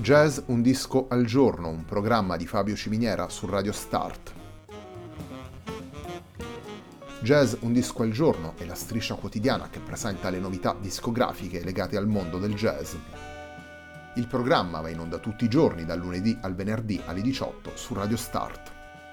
Jazz un disco al giorno, un programma di Fabio Ciminiera su Radio Start. Jazz un disco al giorno è la striscia quotidiana che presenta le novità discografiche legate al mondo del jazz. Il programma va in onda tutti i giorni dal lunedì al venerdì alle 18 su Radio Start.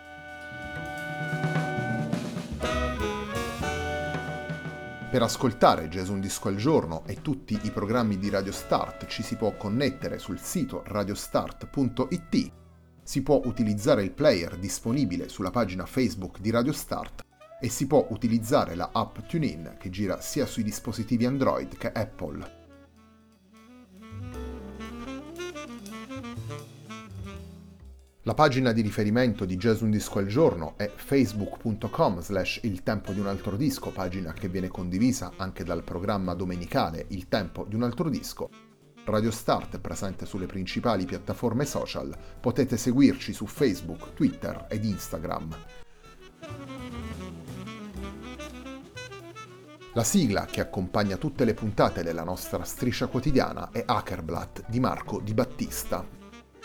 Per ascoltare Jazz un disco al giorno e tutti i programmi di Radio Start ci si può connettere sul sito radiostart.it, si può utilizzare il player disponibile sulla pagina Facebook di Radio Start e si può utilizzare la app TuneIn che gira sia sui dispositivi Android che Apple. La pagina di riferimento di Jazz un disco al giorno è facebook.com/Il tempo di un altro disco, pagina che viene condivisa anche dal programma domenicale Il tempo di un altro disco. Radio Start è presente sulle principali piattaforme social, potete seguirci su Facebook, Twitter ed Instagram. La sigla che accompagna tutte le puntate della nostra striscia quotidiana è Hackerblatt di Marco Di Battista.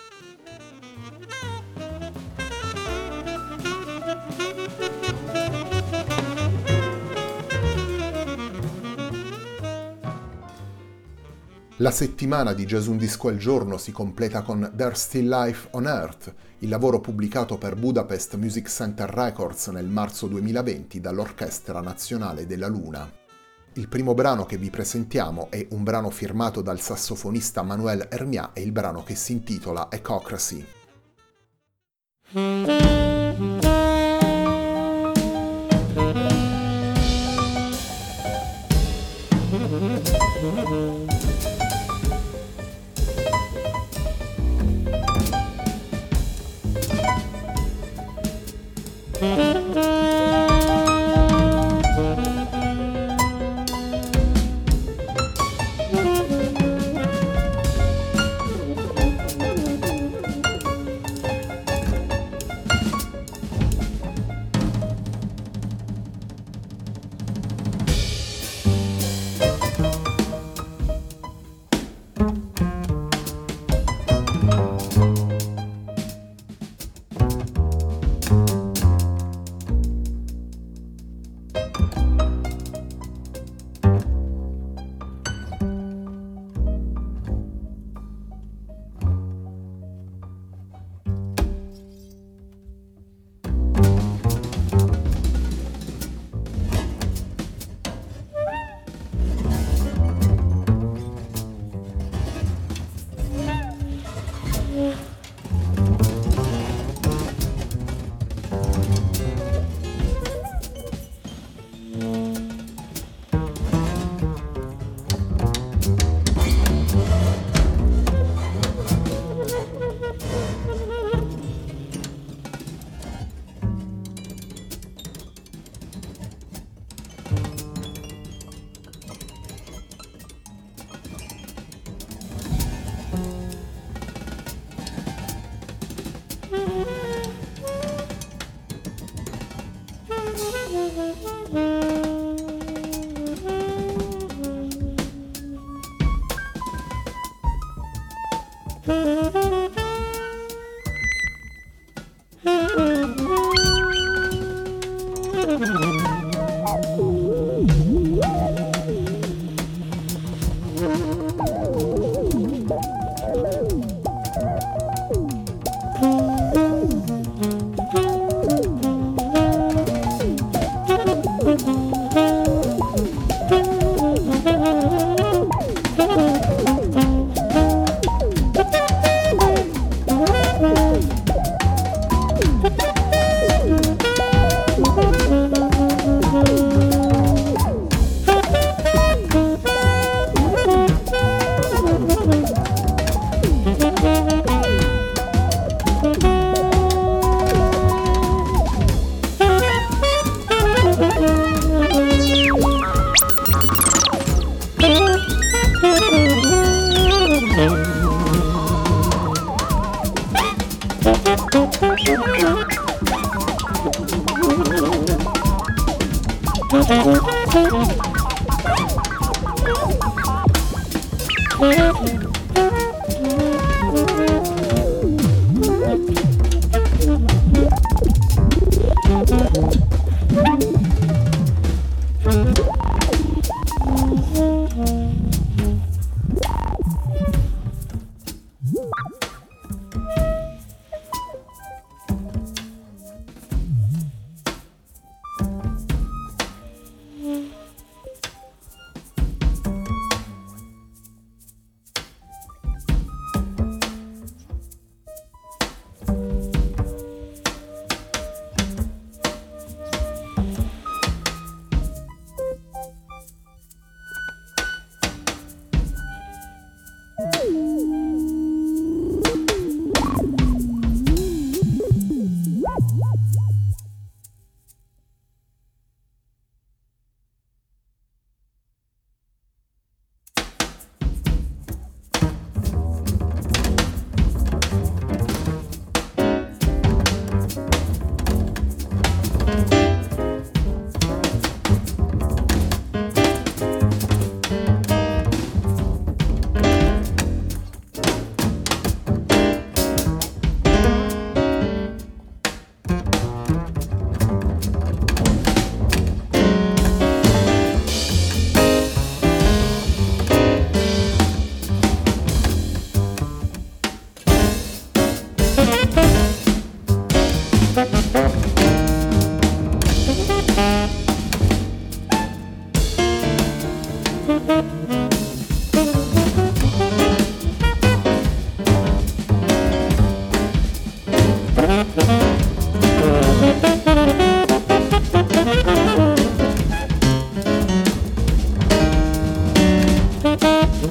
La settimana di Jazz un disco al giorno si completa con There's Still Life on Earth, il lavoro pubblicato per Budapest Music Center Records nel marzo 2020 dall'Orchestra Nazionale della Luna. Il primo brano che vi presentiamo è un brano firmato dal sassofonista Manuel Hermiat e il brano che si intitola Echocracy.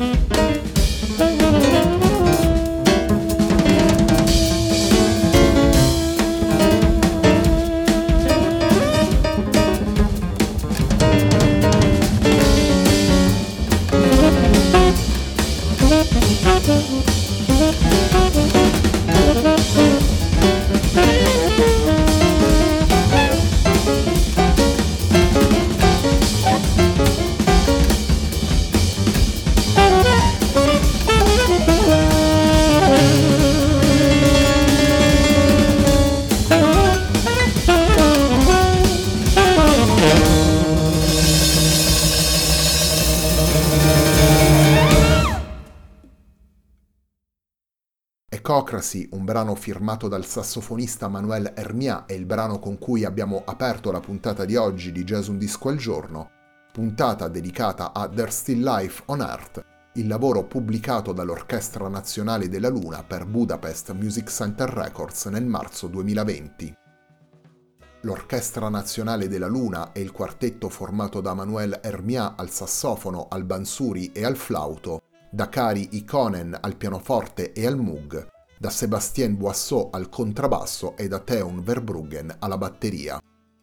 Ecocracy, un brano firmato dal sassofonista Manuel Hermià, è il brano con cui abbiamo aperto la puntata di oggi di Jazz Un Disco al Giorno, puntata dedicata a There's Still Life on Earth, il lavoro pubblicato dall'Orchestra Nazionale della Luna per Budapest Music Center Records nel marzo 2020. L'Orchestra Nazionale della Luna è il quartetto formato da Manuel Hermià al sassofono, al bansuri e al flauto, da Kari Ikonen al pianoforte e al Moog, da Sébastien Boisseau al contrabbasso e da Teun Verbruggen alla batteria.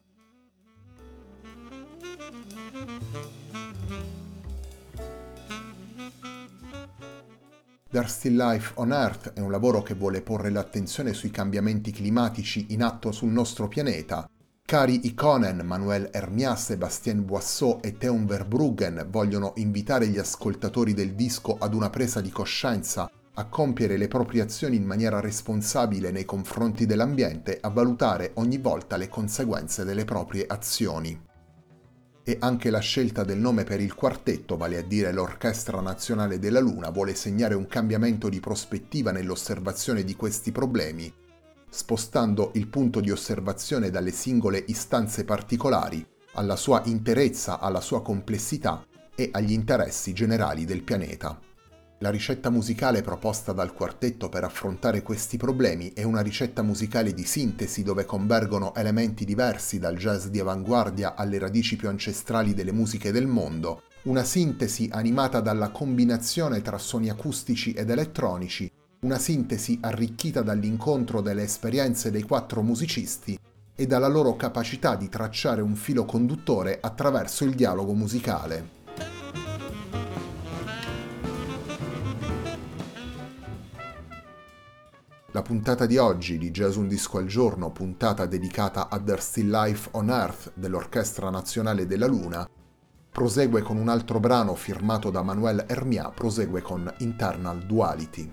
There's Still Life on Earth è un lavoro che vuole porre l'attenzione sui cambiamenti climatici in atto sul nostro pianeta. Kari Ikonen, Manuel Hermià, Sébastien Boisseau e Teun Verbruggen vogliono invitare gli ascoltatori del disco ad una presa di coscienza, a compiere le proprie azioni in maniera responsabile nei confronti dell'ambiente, a valutare ogni volta le conseguenze delle proprie azioni. E anche la scelta del nome per il quartetto, vale a dire l'Orchestra Nazionale della Luna, vuole segnare un cambiamento di prospettiva nell'osservazione di questi problemi, spostando il punto di osservazione dalle singole istanze particolari alla sua interezza, alla sua complessità e agli interessi generali del pianeta. La ricetta musicale proposta dal quartetto per affrontare questi problemi è una ricetta musicale di sintesi dove convergono elementi diversi dal jazz di avanguardia alle radici più ancestrali delle musiche del mondo, una sintesi animata dalla combinazione tra suoni acustici ed elettronici, una sintesi arricchita dall'incontro delle esperienze dei quattro musicisti e dalla loro capacità di tracciare un filo conduttore attraverso il dialogo musicale. La puntata di oggi di Jazz Un Disco al Giorno, puntata dedicata a There's Still Life on Earth dell'Orchestra Nazionale della Luna, prosegue con un altro brano firmato da Manuel Hermià, prosegue con Internal Duality.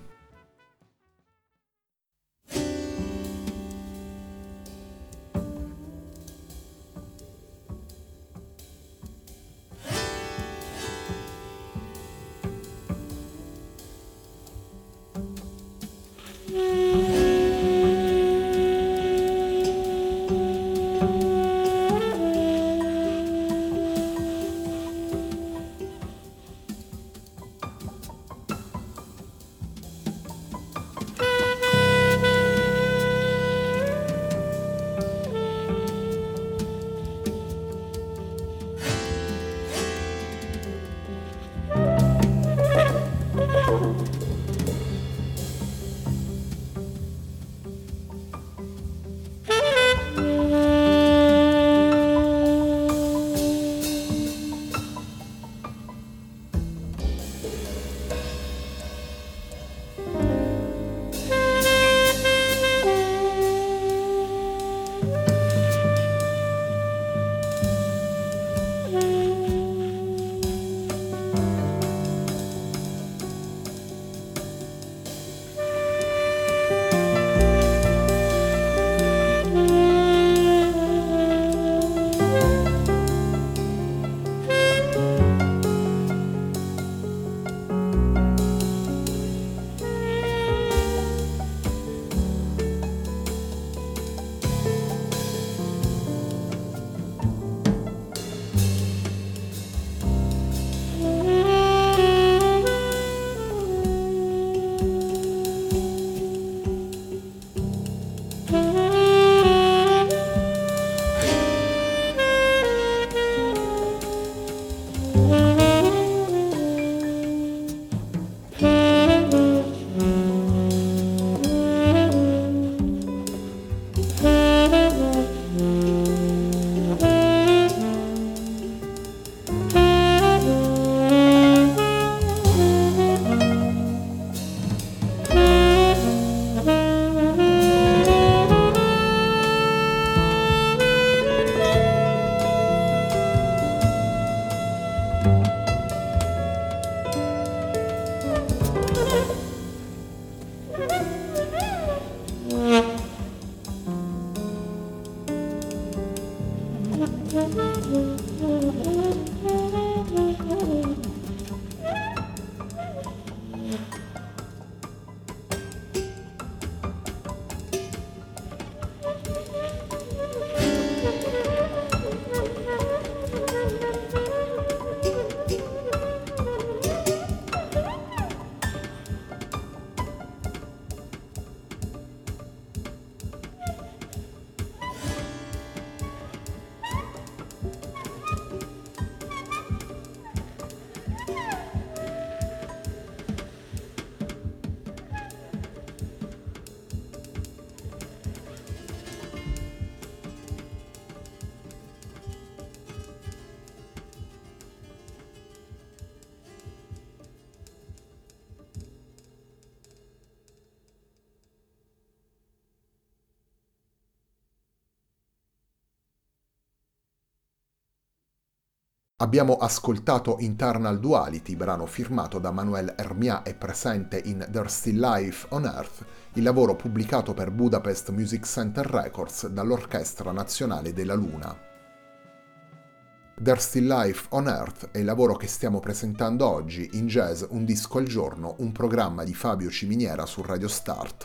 Abbiamo ascoltato Internal Duality, brano firmato da Manuel Hermià e presente in There's Still Life on Earth, il lavoro pubblicato per Budapest Music Center Records dall'Orchestra Nazionale della Luna. There's Still Life on Earth è il lavoro che stiamo presentando oggi in Jazz Un disco al giorno, un programma di Fabio Ciminiera su Radio Start.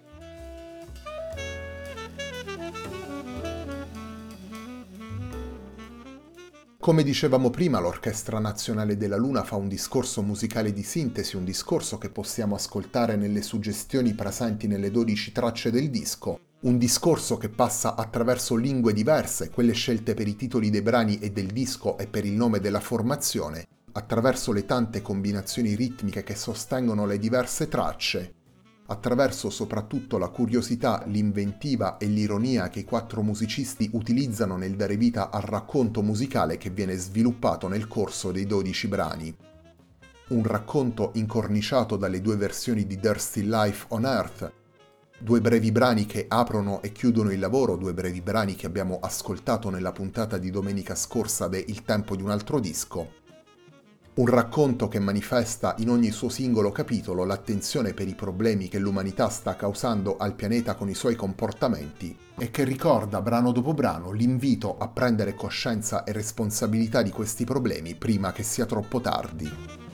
Come dicevamo prima, l'Orchestra Nazionale della Luna fa un discorso musicale di sintesi, un discorso che possiamo ascoltare nelle suggestioni presenti nelle 12 tracce del disco, un discorso che passa attraverso lingue diverse, quelle scelte per i titoli dei brani e del disco e per il nome della formazione, attraverso le tante combinazioni ritmiche che sostengono le diverse tracce, attraverso soprattutto la curiosità, l'inventiva e l'ironia che i 4 musicisti utilizzano nel dare vita al racconto musicale che viene sviluppato nel corso dei 12 brani. Un racconto incorniciato dalle 2 versioni di There's Still Life on Earth, 2 brevi brani che aprono e chiudono il lavoro, 2 brevi brani che abbiamo ascoltato nella puntata di domenica scorsa de Il tempo di un altro disco. Un racconto che manifesta in ogni suo singolo capitolo l'attenzione per i problemi che l'umanità sta causando al pianeta con i suoi comportamenti e che ricorda brano dopo brano l'invito a prendere coscienza e responsabilità di questi problemi prima che sia troppo tardi.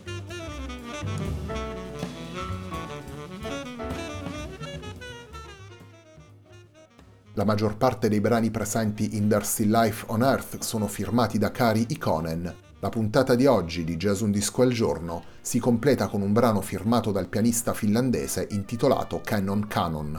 La maggior parte dei brani presenti in There's Still Life on Earth sono firmati da Kari Ikonen. La puntata di oggi di Jazz Un disco al giorno si completa con un brano firmato dal pianista finlandese intitolato Cannon Canon.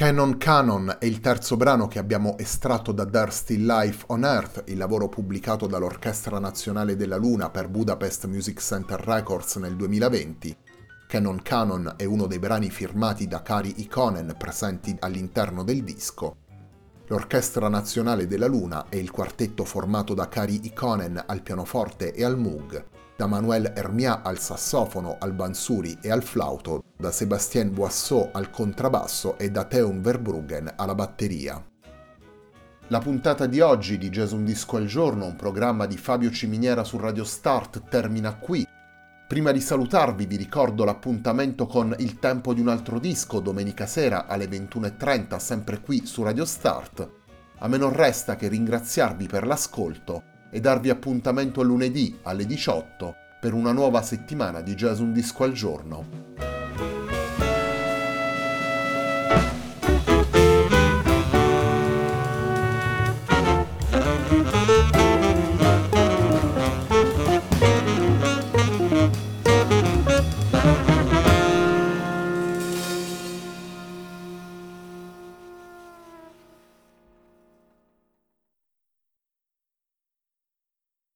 Canon Canon è il terzo brano che abbiamo estratto da There's Still Life on Earth, il lavoro pubblicato dall'Orchestra Nazionale della Luna per Budapest Music Center Records nel 2020. Canon Canon è uno dei brani firmati da Kari Ikonen presenti all'interno del disco. L'Orchestra Nazionale della Luna è il quartetto formato da Kari Ikonen al pianoforte e al Moog, da Manuel Hermiat al sassofono, al bansuri e al flauto, da Sébastien Boisseau al contrabbasso e da Theun Verbruggen alla batteria. La puntata di oggi di Jazz Un Disco al Giorno, un programma di Fabio Ciminiera su Radio Start, termina qui. Prima di salutarvi vi ricordo l'appuntamento con Il tempo di un altro disco domenica sera alle 21:30 sempre qui su Radio Start. A me non resta che ringraziarvi per l'ascolto e darvi appuntamento lunedì alle 18 per una nuova settimana di Jazz Un Disco al Giorno.